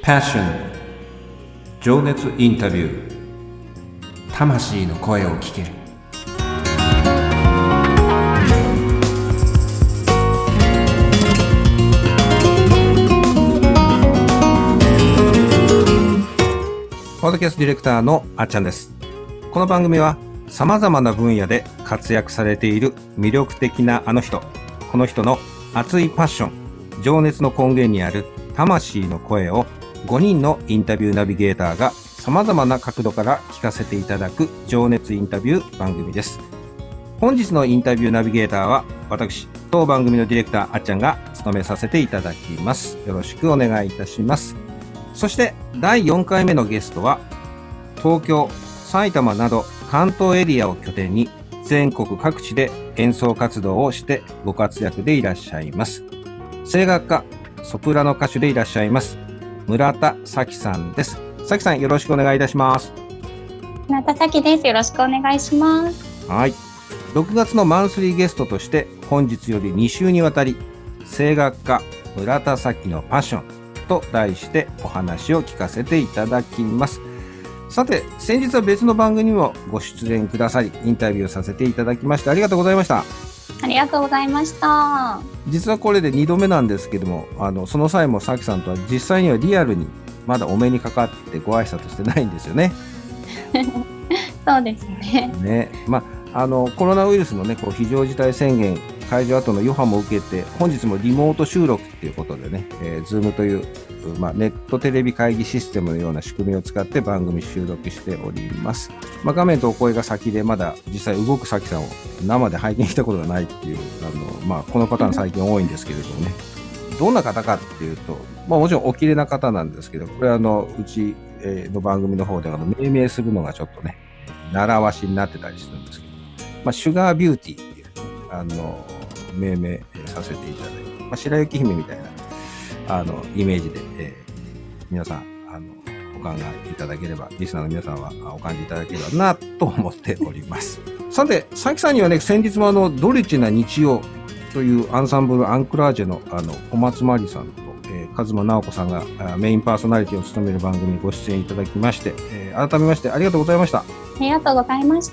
Passion 情熱インタビュー、魂の声を聞ける。ポッドキャストディレクターのあっちゃんです。この番組はさまざまな分野で活躍されている魅力的なあの人、この人の熱いパッション、情熱の根源にある魂の声を5人のインタビューナビゲーターがさまざまな角度から聞かせていただく情熱インタビュー番組です。本日のインタビューナビゲーターは私、当番組のディレクターあっちゃんが務めさせていただきます。よろしくお願いいたします。そして第4回目のゲストは東京、埼玉など関東エリアを拠点に全国各地で演奏活動をしてご活躍でいらっしゃいます。声楽家、ソプラノ歌手でいらっしゃいます村田咲さんです。咲さん、よろしくお願いいたします。 村田咲です。よろしくお願いします。 はい。6月のマンスリーゲストとして本日より2週にわたり声楽家村田咲のパッションと題してお話を聞かせていただきます。さて、先日は別の番組にもご出演くださりインタビューをさせていただきましてありがとうございました。 ありがとうございました。 実はこれで2度目なんですけども、その際もさきさんとは実際にはリアルにまだお目にかかってご挨拶してないんですよね。 そうですね。 コロナウイルスのね、非常事態宣言解除後の余波も受けて、本日もリモート収録ということでね、Zoom という、ネットテレビ会議システムのような仕組みを使って番組収録しております。画面とお声が先でまだ実際動くさきさんを生で拝見したことがないっていう、このパターン最近多いんですけれどもね。どんな方かっていうと、もちろんお綺麗な方なんですけど、これうちの番組の方で命名するのがちょっとね、習わしになってたりするんですけど、シュガービューティーっていう、命名させていただいて、白雪姫みたいなイメージで、皆さんお考えいただければ、リスナーの皆さんはお感じいただければなと思っております。さて、さきさんにはね、先日もドリッチな日曜というアンサンブルアンクラージェの小松まりさんと、和間直子さんがメインパーソナリティを務める番組にご出演いただきまして、改めましてありがとうございました。ありがとうございました。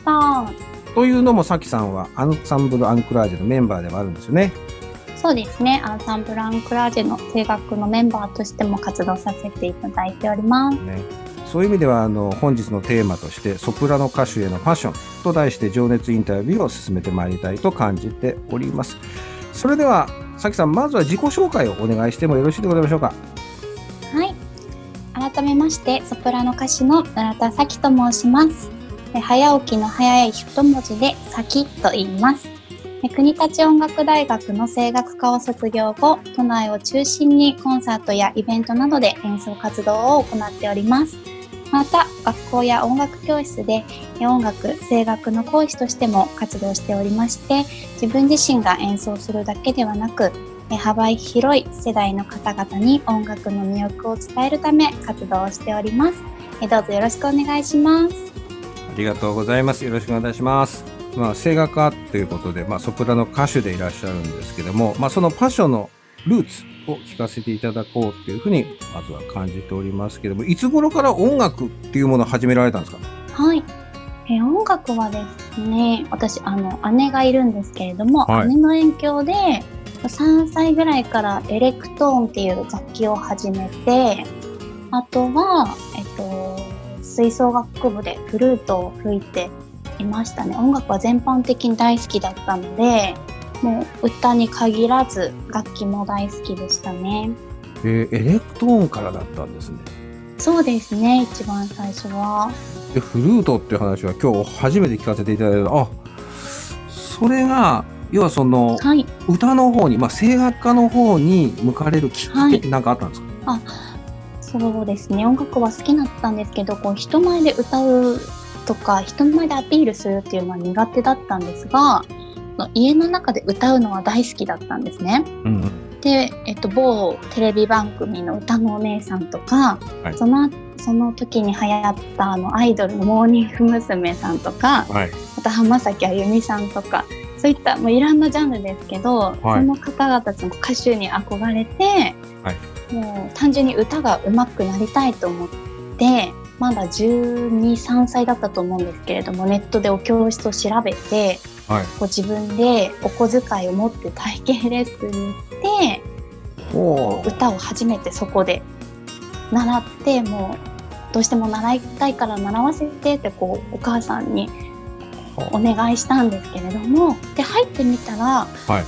というのも、さきさんはアンサンブルアンクラージェのメンバーでもあるんですよね。 そうですね。アンサンブルアンクラージェの声楽のメンバーとしても活動させていただいております。 そういう意味では本日のテーマとしてソプラノ歌手へのパッションと題して情熱インタビューを進めてまいりたいと感じております。それではさきさん、まずは自己紹介をお願いしてもよろしいでございましょうか。 はい。改めましてソプラノ歌手の村田咲と申します。早起きの早い一文字で咲と言います。国立音楽大学の声楽科を卒業後、都内を中心にコンサートやイベントなどで演奏活動を行っております。また、学校や音楽教室で音楽、声楽の講師としても活動しておりまして、自分自身が演奏するだけではなく、幅広い世代の方々に音楽の魅力を伝えるため活動をしております。どうぞよろしくお願いします。 ありがとうございます。よろしくお願いします。声楽家ということで、ソプラノ歌手でいらっしゃるんですけども、そのパッションのルーツを聞かせていただこうというふうにまずは感じておりますけども、いつ頃から音楽っていうものを始められたんですか？ はい、音楽はですね、私姉がいるんですけれども、姉の影響で3歳ぐらいからエレクトーンっていう楽器を始めて、あとは、吹奏楽部でフルートを吹いていましたね。音楽は全般的に大好きだったので、もう歌に限らず楽器も大好きでしたね。 エレクトーンからだったんですね。 そうですね、一番最初は。 で、フルートっていう話は今日初めて聞かせていただいた。それが要は歌の方に、声楽家の方に向かれるきっかけって何かあったんですか？ そうですね、音楽は好きだったんですけど、人前で歌うとか人前でアピールするっていうのは苦手だったんですが、家の中で歌うのは大好きだったんですね。で、某テレビ番組の歌のお姉さんとか、その時に流行ったアイドルのモーニング娘。さんとか、また浜崎あゆみさんとか、 そういったもういろんなジャンルですけど、 はい、 その方々たちの歌手に憧れて、はい、もう単純に歌が上手くなりたいと思って、まだ12、13歳だったと思うんですけれども、ネットでお教室を調べて、はい、こう自分でお小遣いを持って体験レッスンに行って、歌を初めてそこで習って、もうどうしても習いたいから習わせてってこうお母さんにお願いしたんですけれども、で入ってみたら、はい、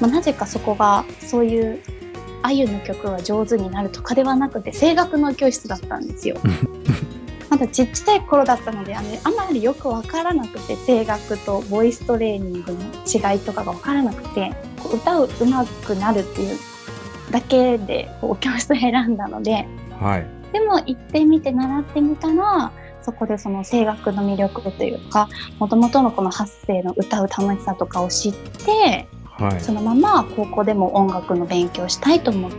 なぜかそこがそういうあゆの曲が上手になるとかではなくて、声楽の教室だったんですよ。まだちっちゃい頃だったので、あまりよく分からなくて、声楽とボイストレーニングの違いとかが分からなくて、こう歌う上手くなるっていうだけでこう教室を選んだので、はい、でも行ってみて習ってみたら、そこでその声楽の魅力というか、もともとのこの発声の歌う楽しさとかを知って、はい、そのまま高校でも音楽の勉強したいと思って、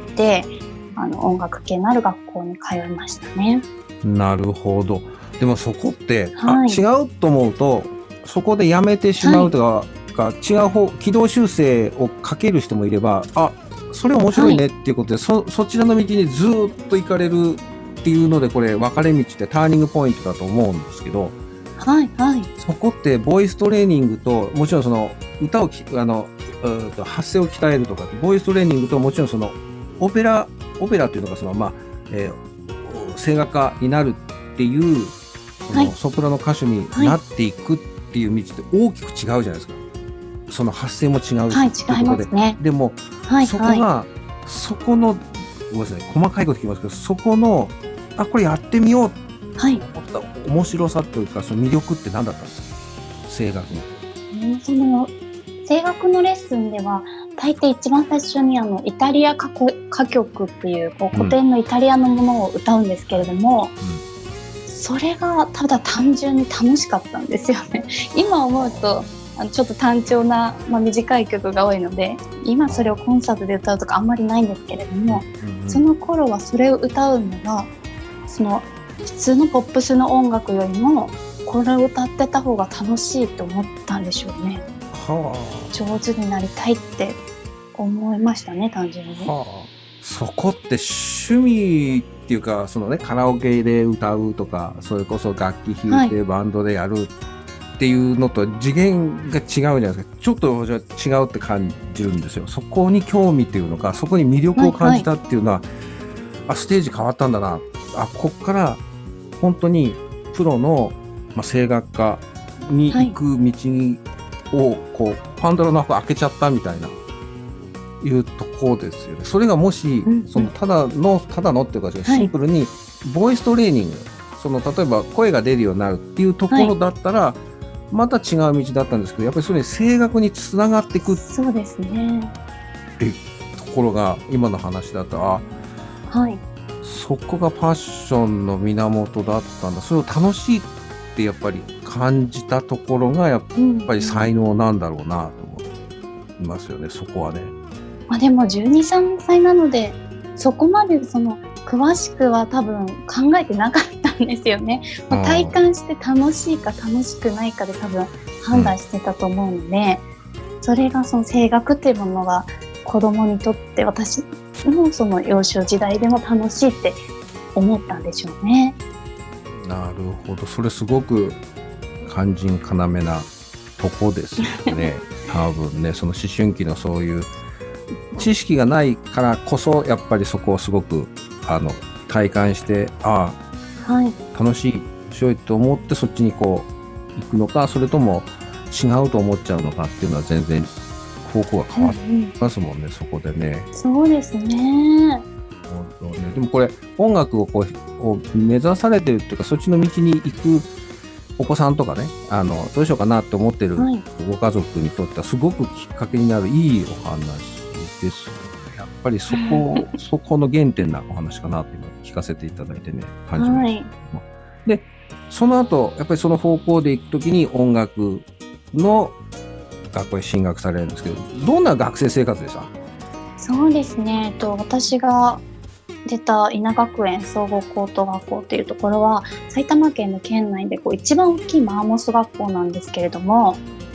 音楽系のある学校に通いましたね。なるほど。 でもそこって、はい、違うと思うとそこでやめてしまうとか、はい、違う軌道修正をかける人もいれば、それ面白いねっていうことで、はい、そちらの道にずっと行かれるっていうので、これ分かれ道ってターニングポイントだと思うんですけど、はいはい、そこってボイストレーニングと、もちろんその歌を発声を鍛えるとか、ボイストレーニングと、もちろんそのオペラというのがその、声楽家になるっていう、そのソプラノ歌手になっていくっていう道って大きく違うじゃないですか。その発声も違うし、 はい、違いますね。 でも、はい、そこが、そこのごめんなさい、細かいこと聞きますけど、そこのこれやってみようって思った面白さというか、その魅力って何だったんですか、声楽の。 その声楽のレッスンでは大抵一番最初にイタリア歌曲っていう古典のイタリアのものを歌うんですけれども、それがただ単純に楽しかったんですよね。今思うとちょっと単調な、短い曲が多いので、今それをコンサートで歌うとかあんまりないんですけれども、その頃はそれを歌うのがその普通のポップスの音楽よりもこれを歌ってた方が楽しいと思ったんでしょうね。上手になりたいって思いましたね、単純に。 そこって趣味っていうか、そのね、カラオケで歌うとか、それこそ楽器弾いてバンドでやるっていうのと次元が違うじゃないですか。ちょっと違うって感じるんですよ。そこに興味っていうのか、そこに魅力を感じたっていうのは、ステージ変わったんだな、こっから本当にプロの、声楽家に行く道をこうパンドラの箱開けちゃったみたいないうところですよね。それがもし、そのただのっていうか、シンプルにボイストレーニング、その例えば声が出るようになるっていうところだったら、また違う道だったんですけど、やっぱりそれに声楽につながっていくっていうところが今の話だと、そこがパッションの源だったんだ、それを楽しいってやっぱり感じたところがやっぱり才能なんだろうなと思いますよね、そこはね。 でも12、13歳なのでそこまでその詳しくは多分考えてなかったんですよね。体感して楽しいか楽しくないかで多分判断してたと思うので、それがその声楽っていうものが子供にとって、私のその幼少時代でも楽しいって思ったんでしょうね。 なるほど、それすごく肝心要なとこですよね。多分ね、その思春期のそういう知識がないからこそ、やっぱりそこをすごく体感して、楽しい、面白いと思ってそっちにこう行くのか、それとも違うと思っちゃうのかっていうのは全然方向が変わってますもんね、そこでね。 そうですね。 でもこれ音楽を目指されてるっていうか、そっちの道に行くお子さんとかね、どうしようかなって思ってるご家族にとってはすごくきっかけになるいいお話です。やっぱりそこの原点なお話かなって聞かせていただいてね、感じました。で、その後やっぱりその方向で行くときに音楽の学校へ進学されるんですけど、どんな学生生活でした？ そうですね、私が出た稲学園総合高等学校っていうところは埼玉県の県内で一番大きいマンモス学校なんですけれども、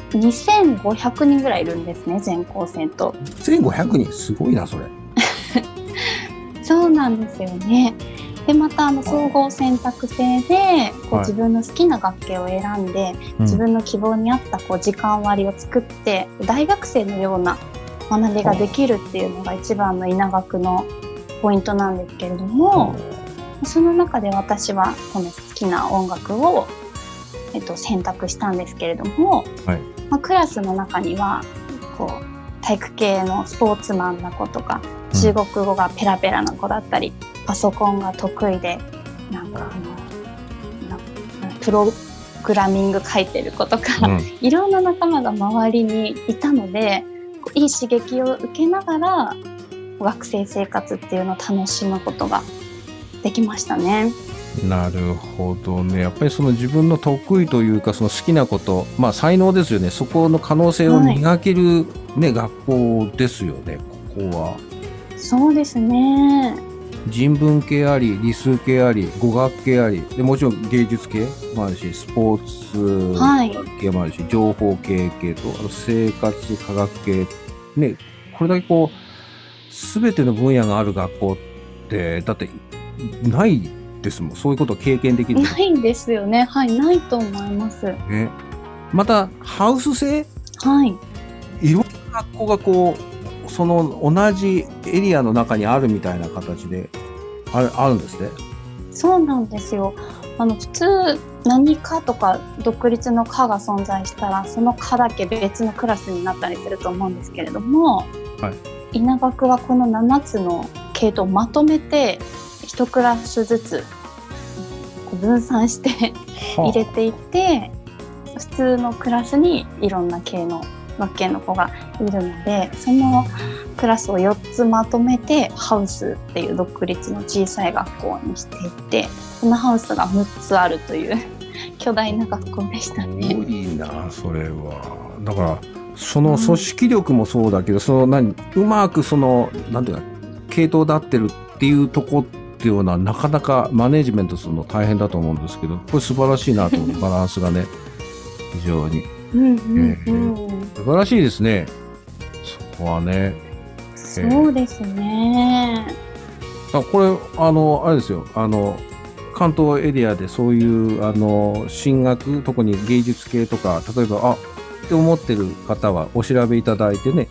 2500人ぐらいいるんですね、全校生徒。 1500人すごいなそれ。 そうなんですよね。でまた総合選択制で自分の好きな学系を選んで、自分の希望に合った時間割を作って、大学生のような学びができるっていうのが一番の稲学のポイントなんですけれども、その中で私はこの好きな音楽を、選択したんですけれども、クラスの中には体育系のスポーツマンな子とか、中国語がペラペラな子だったり、パソコンが得意でプログラミング書いてる子とか、いろんな仲間が周りにいたので、いい刺激を受けながら学生生活っていうのを楽しむことができましたね。 なるほどね。やっぱりその自分の得意というか、その好きなこと、才能ですよね。そこの可能性を磨ける、学校ですよね、ここは。そうですね。人文系あり、理数系あり、語学系ありで、もちろん芸術系もあるし、スポーツ系もあるし、情報系と生活科学系ね、これだけ全ての分野がある学校ってだってないですもん。そういうことを経験できるないんですよね。ないと思います。 またハウス制、いろんな学校がその同じエリアの中にあるみたいな形であるんですね。そうなんですよ。普通何科とか独立の科が存在したら、その科だけ別のクラスになったりすると思うんですけれども、稲学はこの7つの系統をまとめて1クラスずつ分散して入れていて、普通のクラスにいろんな系の学系の子がいるので、そのクラスを4つまとめてハウスっていう独立の小さい学校にしていて、そのハウスが6つあるという巨大な学校でしたね。すごいなそれは。だからその組織力もそうだけど、うまくなんていうか系統だってるっていうとこっていうのはなかなかマネジメントするの大変だと思うんですけど、これ素晴らしいなと思う。バランスがね非常に素晴らしいですね、そこはね。そうですね。これあれですよ、関東エリアでそういう進学、特に芸術系とか、例えばって思ってる方はお調べいただいてね、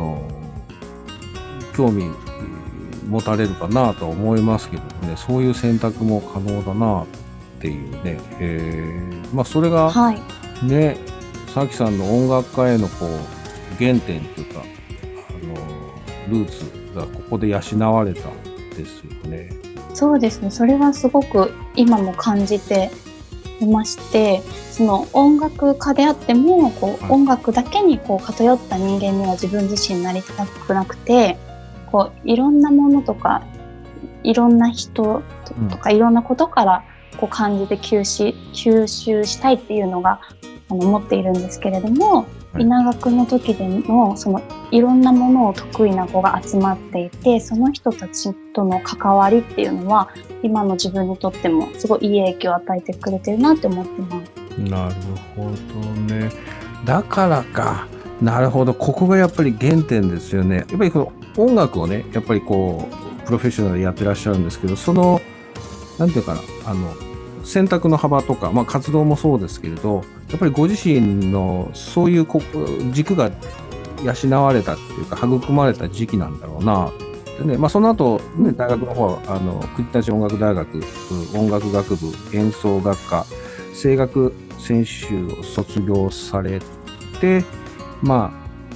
興味持たれるかなと思いますけどね、そういう選択も可能だなっていうね、それがね、さきさんの音楽家への原点というかルーツがここで養われたんですよね。そうですね。それはすごく今も感じていまして、その音楽家であっても音楽だけに偏った人間には自分自身なりたくなくて、いろんなものとかいろんな人とかいろんなことから感じて吸収したいっていうのが思っているんですけれども、稲学の時でもいろんなものを得意な子が集まっていて、その人たちとの関わりっていうのは今の自分にとってもすごいいい影響を与えてくれてるなって思ってます。なるほどね。だからか。なるほど。ここがやっぱり原点ですよね。やっぱりこの音楽をね、やっぱりプロフェッショナルでやってらっしゃるんですけど、なんていうかな、選択の幅とか、活動もそうですけれど、やっぱりご自身のそういう軸が養われたっていうか育まれた時期なんだろうな。でね、その後、ね、大学の方は国立音楽大学音楽学部演奏学科声楽専修を卒業されて、ウィ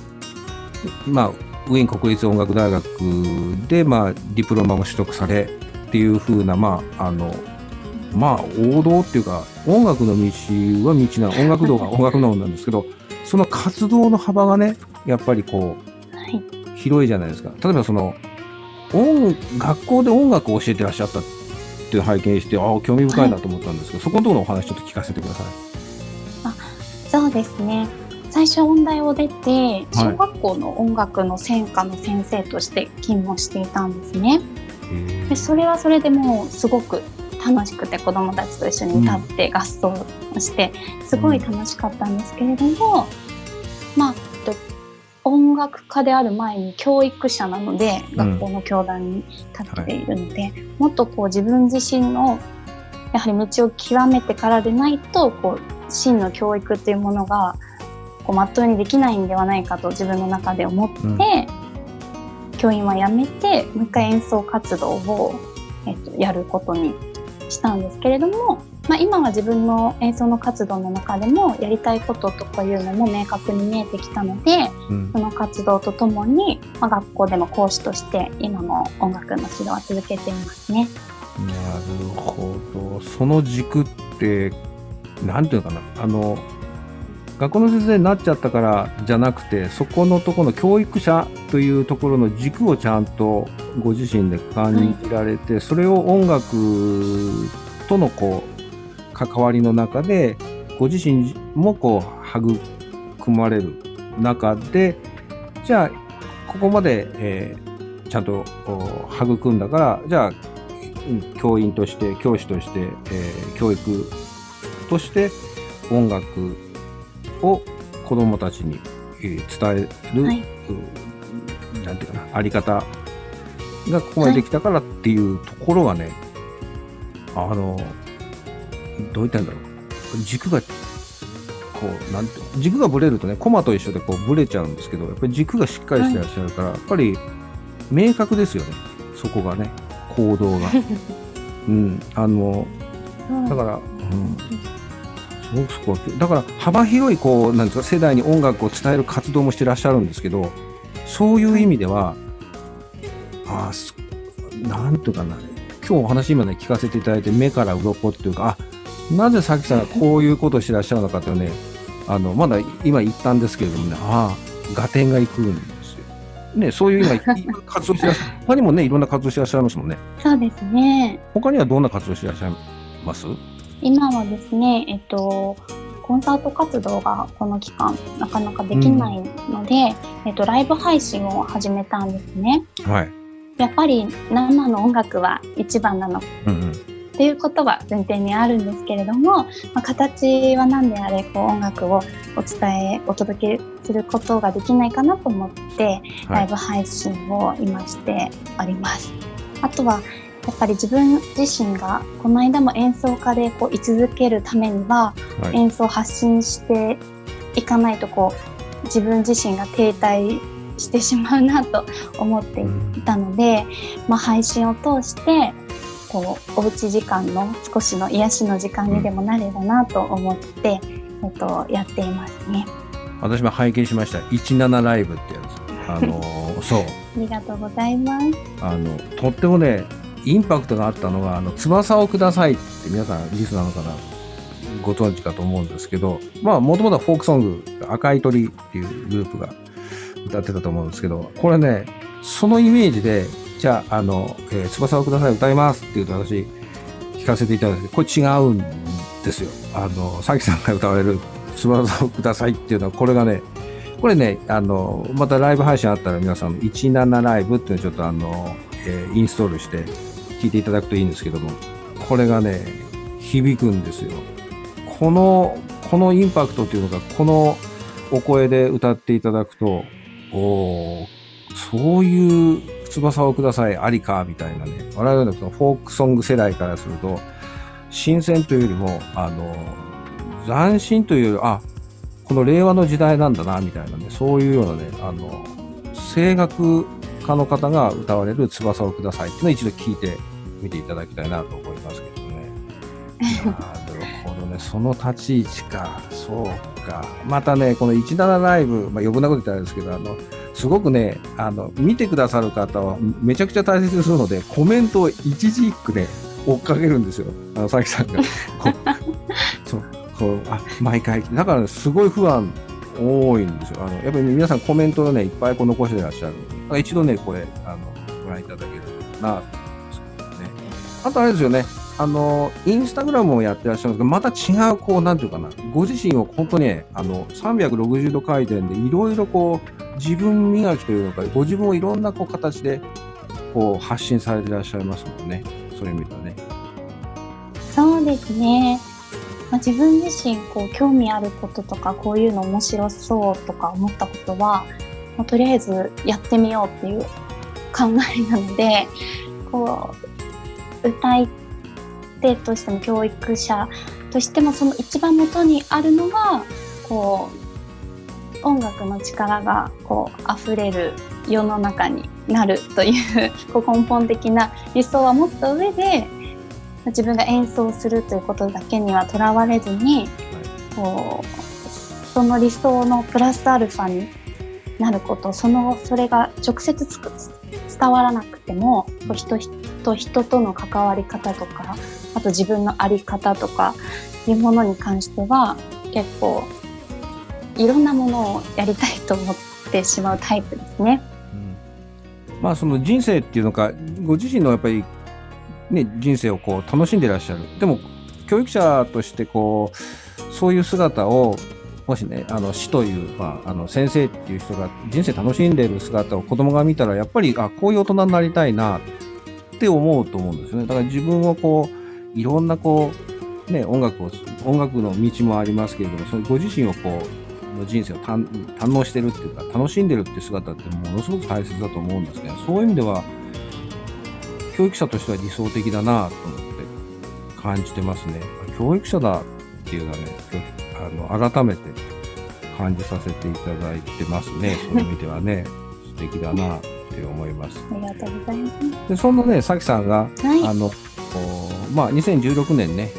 ーン国立音楽大学でディプロマも取得されっていう風な王道っていうか、音楽の道は道な、音楽道は音楽道なんですけど、その活動の幅がね、やっぱり広いじゃないですか。例えば学校で音楽を教えてらっしゃったっていう拝見して、興味深いなと思ったんですけど、そこのところのお話ちょっと聞かせてください。そうですね。最初音大を出て、小学校の音楽の専科の先生として勤務していたんですね。でそれはそれでもうすごく楽しくて、子どもたちと一緒に歌って合奏してすごい楽しかったんですけれども、 まあ、音楽家である前に教育者なので、学校の教壇に立っているので、もっとこう自分自身のやはり道を極めてからでないと、こう真の教育っていうものがこうまっとうにできないんではないかと自分の中で思って、教員は辞めてもう一回演奏活動を、やることにしたんですけれども、今は自分の演奏の活動の中でもやりたいこととかいうのも明確に見えてきたので、その活動とともに、学校でも講師として今も音楽の指導は続けていますね。 なるほど。その軸ってなんていうのかな、学校の先生になっちゃったからじゃなくて、そこのところの教育者というところの軸をちゃんとご自身で感じられて、それを音楽とのこう関わりの中でご自身もこう育まれる中で、じゃあここまで、ちゃんと育んだから、じゃあ教員として教師として、教育として音楽を子どもたちに伝える、なんていうかな、あり方がここまでできたからっていうところがね、どう言ったんだろう、軸がこうなんて軸がぶれるとね、コマと一緒でこうぶれちゃうんですけど、やっぱり軸がしっかりしてらっしゃるから、やっぱり明確ですよね、そこがね、行動がだから、すごくそこだから幅広いこうなんですか、世代に音楽を伝える活動もしてらっしゃるんですけど、そういう意味では、なんていうかな、今日お話今ね聞かせていただいて目から鱗っていうか、なぜさきさんがこういうことをしてらっしゃるのかっていうのはね、まだ今言ったんですけれどもね、合点がいくんですよね。そういう今活動してらっしゃる他にもね、いろんな活動してらっしゃいますもんね。 そうですね。 他にはどんな活動してらっしゃいます？ 今はですね、コンサート活動がこの期間なかなかできないので、ライブ配信を始めたんですね。やっぱり生の音楽は一番なの、っていうことは前提にあるんですけれども、形は何であれこう音楽をお届けすることができないかなと思って、ライブ配信を今しております。あとはやっぱり自分自身がこの間も演奏家でこう居続けるためには、演奏を発信していかないとこう自分自身が停滞してしまうなと思っていたので、配信を通してこうおうち時間の少しの癒しの時間にでもなればなと思って、やっていますね。 私も拝見しました。17ライブってやつ。そう。ありがとうございます。 とってもね、インパクトがあったのが、翼をくださいって皆さんリスナーの方ご存知かと思うんですけど、もともとはフォークソング、赤い鳥っていうグループが歌ってたと思うんですけど、これね、そのイメージで、じゃあ、翼をください歌いますって言うと私、聞かせていただいて、これ違うんですよ。さきさんが歌われる翼をくださいっていうのは、これね、またライブ配信あったら皆さん、17ライブっていうのをちょっとインストールして聴いていただくといいんですけども、これがね、響くんですよ。このインパクトっていうのが、このお声で歌っていただくと、そういう翼をくださいありかみたいなね、我々のフォークソング世代からすると新鮮というよりも斬新というよりこの令和の時代なんだなみたいなね、そういうようなね声楽家の方が歌われる翼をくださいっていうのを一度聞いてみていただきたいなと思いますけどね。なるほどね、その立ち位置か。そうか。またね、この17ライブ、余分なこと言ったらあれですけど、すごくね、見てくださる方はめちゃくちゃ大切にするので、コメントを一字一句ね、追っかけるんですよ。さきさんが。毎回。だからね、すごい不安多いんですよ。やっぱり、ね、皆さんコメントをね、いっぱい残してらっしゃるので、一度ね、これ、ご覧いただけるなと思いますけどね。あとあれですよね、インスタグラムもやってらっしゃるんですけど、また違う、なんていうかな、ご自身を本当にね、360度回転でいろいろ自分磨きというのか、ご自分をいろんな形で発信されていらっしゃいますもんね。そういう意味ではね。 そうですね。 自分自身興味あることとかこういうの面白そうとか思ったことはもうとりあえずやってみようっていう考えなので、歌い手としても教育者としてもその一番元にあるのが音楽の力が溢れる世の中になるという根本的な理想は持った上で、自分が演奏するということだけにはとらわれずに、その理想のプラスアルファになること、それが直接伝わらなくても、人との関わり方とか、あと自分の在り方とかいうものに関しては結構いろんなものをやりたいと思ってしまうタイプですね。 その人生っていうのか、ご自身のやっぱりね、人生を楽しんでいらっしゃる。でも教育者としてそういう姿をもしね、師という、先生っていう人が人生楽しんでいる姿を子供が見たら、やっぱりこういう大人になりたいなって思うと思うんですよね。だから自分をいろんなね、音楽の道もありますけれども、それご自身を人生を堪能してるっていうか、楽しんでるっていう姿ってものすごく大切だと思うんですけど、そういう意味では教育者としては理想的だなと思って感じてますね。教育者だっていうのはね、改めて感じさせていただいてますね。そういう意味ではね、素敵だなって思います。 ありがとうございます。 で、そんなね、さきさんが、2016年ね、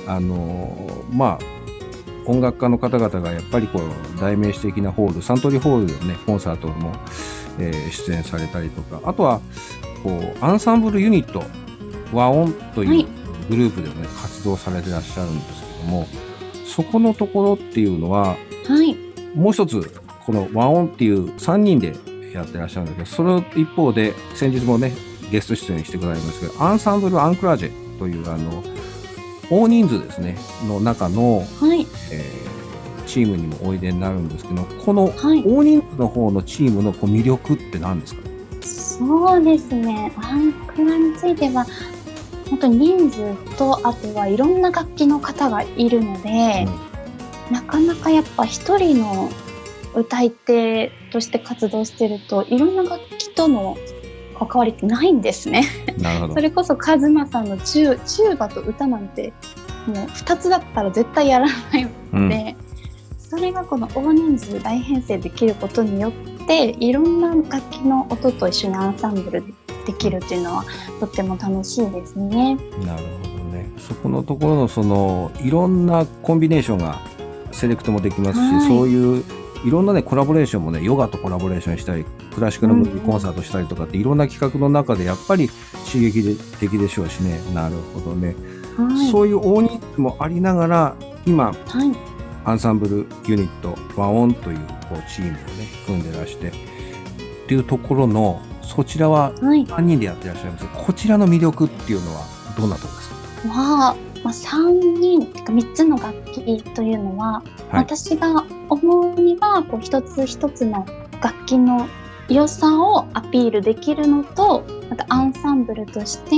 音楽家の方々がやっぱり代名詞的なホール、サントリーホールでね、コンサートも、出演されたりとか、あとはアンサンブルユニット和音というグループでもね、活動されてらっしゃるんですけども、そこのところっていうのは、もう一つこの和音っていう3人でやってらっしゃるんだけど、その一方で先日もねゲスト出演してくださいますけど、アンサンブル・アンクラージェという大人数ですねの中の、チームにもおいでになるんですけど、この大人数の方のチームの魅力って何ですか？ そうですね、アンクラについては本当に人数と、あとはいろんな楽器の方がいるので、なかなかやっぱ一人の歌い手として活動してるといろんな楽器との関わりってないんですね。 なるほど。それこそカズマさんのチューバと歌なんてもう2つだったら絶対やらないので、それがこの大人数大編成できることによっていろんな楽器の音と一緒にアンサンブルできるっていうのはとっても楽しいですね。 なるほどね。そこのところのいろんなコンビネーションがセレクトもできますし、そういういろんなねコラボレーションもね、ヨガとコラボレーションしたり、クラシックのコンサートしたりとかって、いろんな企画の中でやっぱり刺激的でしょうしね。なるほどね。そういう大人数もありながら今、アンサンブルユニット和音というチームをね組んでらしてっていうところの、そちらは3人でやってらっしゃいますが、こちらの魅力っていうのはどんなところですか ？3人というか3つの楽器というのは、私が思うには一つ一つの楽器の良さをアピールできるのと、またアンサンブルとして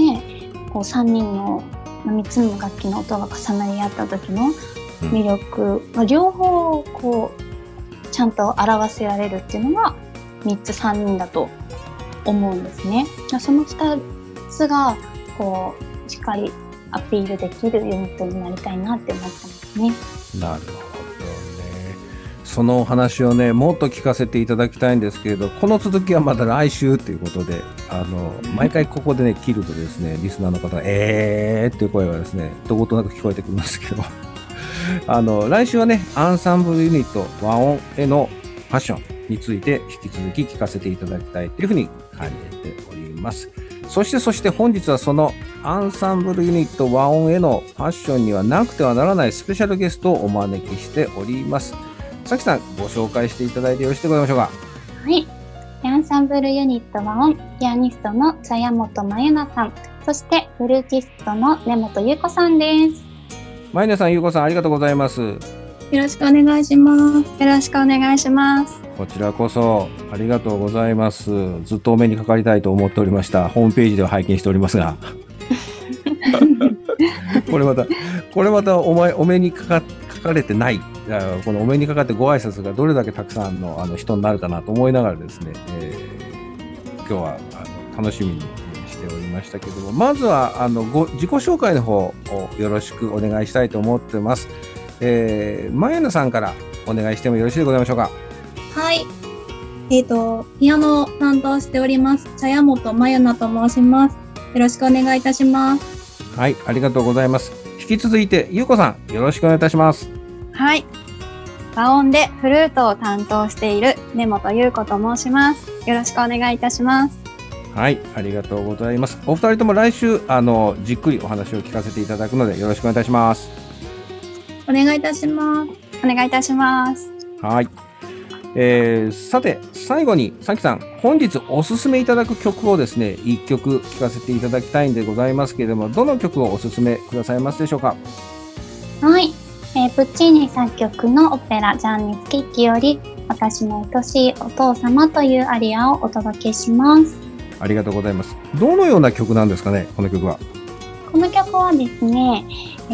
3人の3つの楽器の音が重なり合った時の魅力、両方ちゃんと表せられるっていうのが3つ3人だと思うんですね。その2つがしっかりアピールできるユニットになりたいなって思ってますね。 なるほどね。そのお話をねもっと聞かせていただきたいんですけれど、この続きはまた来週ということで、毎回ここでね切るとですね、リスナーの方がっていう声がですねどことなく聞こえてくるんですけど来週はねアンサンブルユニット和音へのファッションについて引き続き聞かせていただきたいというふうに感じております。そして本日はそのアンサンブルユニット和音へのファッションにはなくてはならないスペシャルゲストをお招きしております。さきさん、ご紹介していただいてよろしいでございましょうか？ はい、アンサンブルユニット和音ピアニストの茶屋本真由奈さん、そしてフルーティストの根本優子さんです。 真由奈さん、優子さん、ありがとうございます。よろしくお願いします。よろしくお願いします。 こちらこそありがとうございます。ずっとお目にかかりたいと思っておりました。ホームページでは拝見しておりますがこれまたお目にかかれてない、このお目にかかってご挨拶がどれだけたくさんの人になるかなと思いながらですね、今日は楽しみにしておりましたけども、まずは自己紹介の方をよろしくお願いしたいと思ってます。まゆなさんからお願いしてもよろしいでございましょうか。 はい。ピアノを担当しております。茶屋本まゆなと申します。よろしくお願いいたします。 はい、ありがとうございます。引き続いて、ゆうこさん、よろしくお願いいたします。 はい。和音でフルートを担当している根本優子と申します。よろしくお願いいたします。 はい、ありがとうございます。お二人とも来週、じっくりお話を聞かせていただくので、よろしくお願いいたします。 お願いいたします。 お願いいたします。 はい。さて、最後に、さきさん、本日おすすめいただく曲をですね、一曲聴かせていただきたいんでございますけれども、どの曲をおすすめくださいますでしょうか。 はい。プッチーニ作曲のオペラジャンニスキッキより、私の愛しいお父様というアリアをお届けします。 ありがとうございます。どのような曲なんですかね、この曲は。 この曲はですね、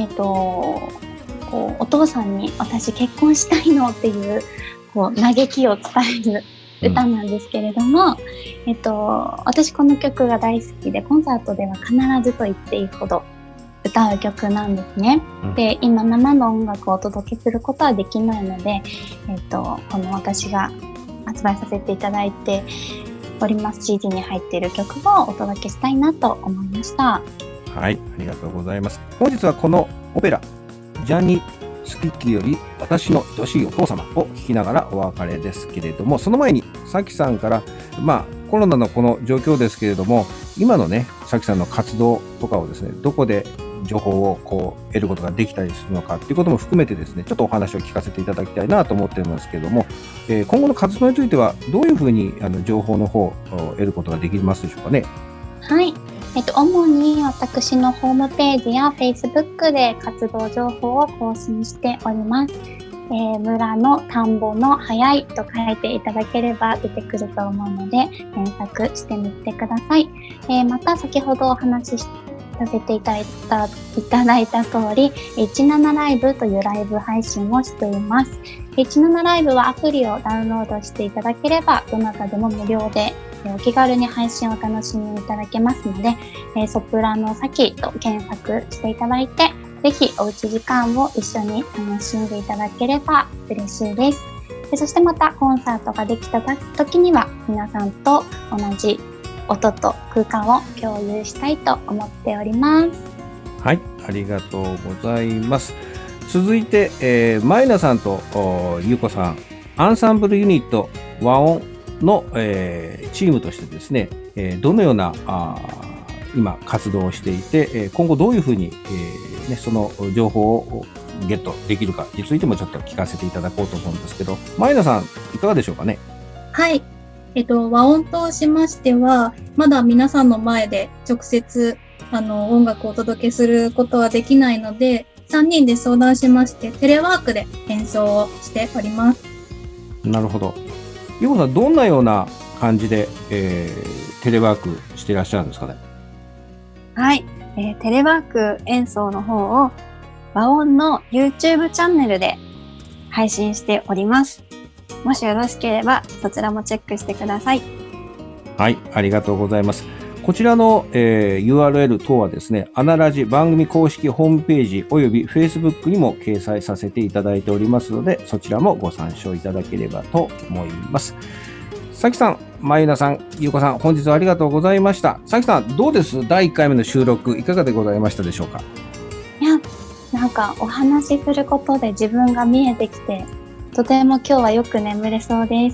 お父さんに私結婚したいのっていう嘆きを伝える歌なんですけれども、私この曲が大好きで、コンサートでは必ずと言っていいほど歌う曲なんですね。で、今生の音楽をお届けすることはできないので、この私が発売させていただいております CD に入っている曲をお届けしたいなと思いました。 はい、ありがとうございます。本日はこのオペラジャンニスキッキより私の愛しいお父様を聞きながらお別れですけれども、その前にさきさんから、コロナのこの状況ですけれども、今のね、さきさんの活動とかをですね、どこで情報を得ることができたりするのかっていうことも含めてですね、ちょっとお話を聞かせていただきたいなと思っていますけれども、今後の活動についてはどういうふうに情報の方を得ることができますでしょうかね。 はい。主に私のホームページや Facebook で活動情報を更新しております。村の田んぼの早いと書いていただければ出てくると思うので、検索してみてください。また先ほどお話しさせていただいた通り、17ライブというライブ配信をしています。17ライブはアプリをダウンロードしていただければ、どなたでも無料でお気軽に配信を楽しみいただけますので、ソプラノサキと検索していただいて、ぜひおうち時間を一緒に楽しんでいただければ嬉しいです。そしてまたコンサートができた時には、皆さんと同じ音と空間を共有したいと思っております。 はい、ありがとうございます。続いて、マイナさんとゆうこさん、アンサンブルユニット和音の、チームとしてですね、どのような今活動をしていて、今後どういうふうに、その情報をゲットできるかについてもちょっと聞かせていただこうと思うんですけど、マイナさんいかがでしょうかね。 はい。和音としましては、まだ皆さんの前で直接音楽をお届けすることはできないので、3人で相談しましてテレワークで演奏をしております。 なるほど。ゆうこさん、どんなような感じで、テレワークしていらっしゃるんですかね。 はい、テレワーク演奏の方を和音の YouTube チャンネルで配信しております。もしよろしければそちらもチェックしてください。 はい、ありがとうございます。こちらの、URL 等はですね、アナラジ番組公式ホームページおよび Facebook にも掲載させていただいておりますので、そちらもご参照いただければと思います。さきさん、まゆなさん、ゆうこさん、本日はありがとうございました。さきさん、どうです？第1回目の収録、いかがでございましたでしょうか？ いや、なんかお話しすることで自分が見えてきて、とても今日はよく眠れそうです。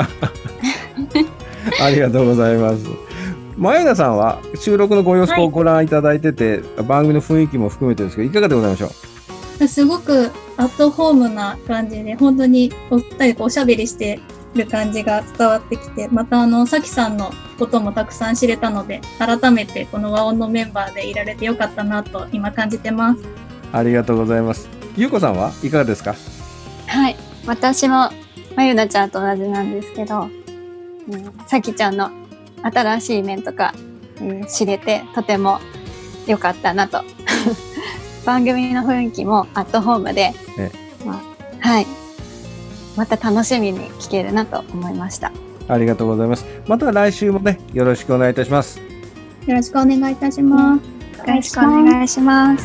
ありがとうございます。まゆなさんは収録のご様子をご覧いただいてて、番組の雰囲気も含めてですけど、いかがでございましょう？すごくアットホームな感じで、本当にお二人おしゃべりしてる感じが伝わってきて、またさきさんのこともたくさん知れたので、改めてこの和音のメンバーでいられてよかったなと今感じてます。 ありがとうございます。ゆうこさんはいかがですか？ はい、私もまゆなちゃんと同じなんですけど、さきちゃんの新しい面とか、知れてとても良かったなと番組の雰囲気もアットホームで、はい。また楽しみに聞けるなと思いました。 ありがとうございます。また来週もね、よろしくお願いいたします。 よろしくお願いいたします。 よろしくお願いします。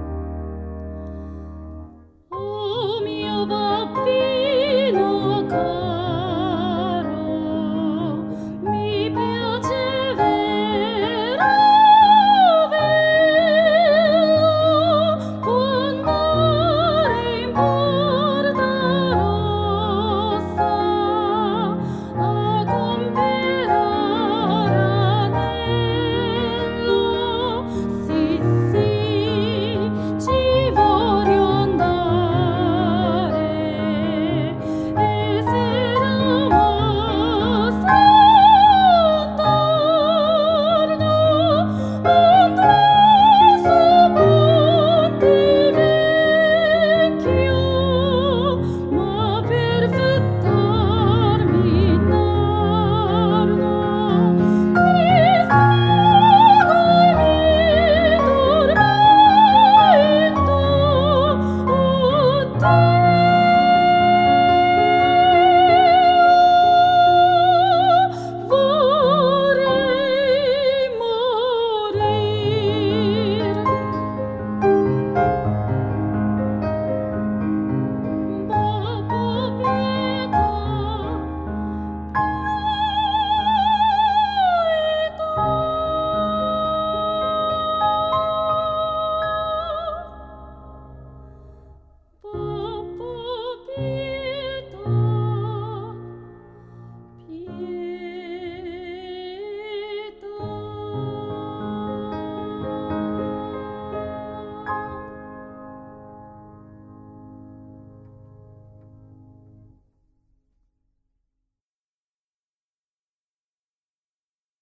おみやばっぴの赤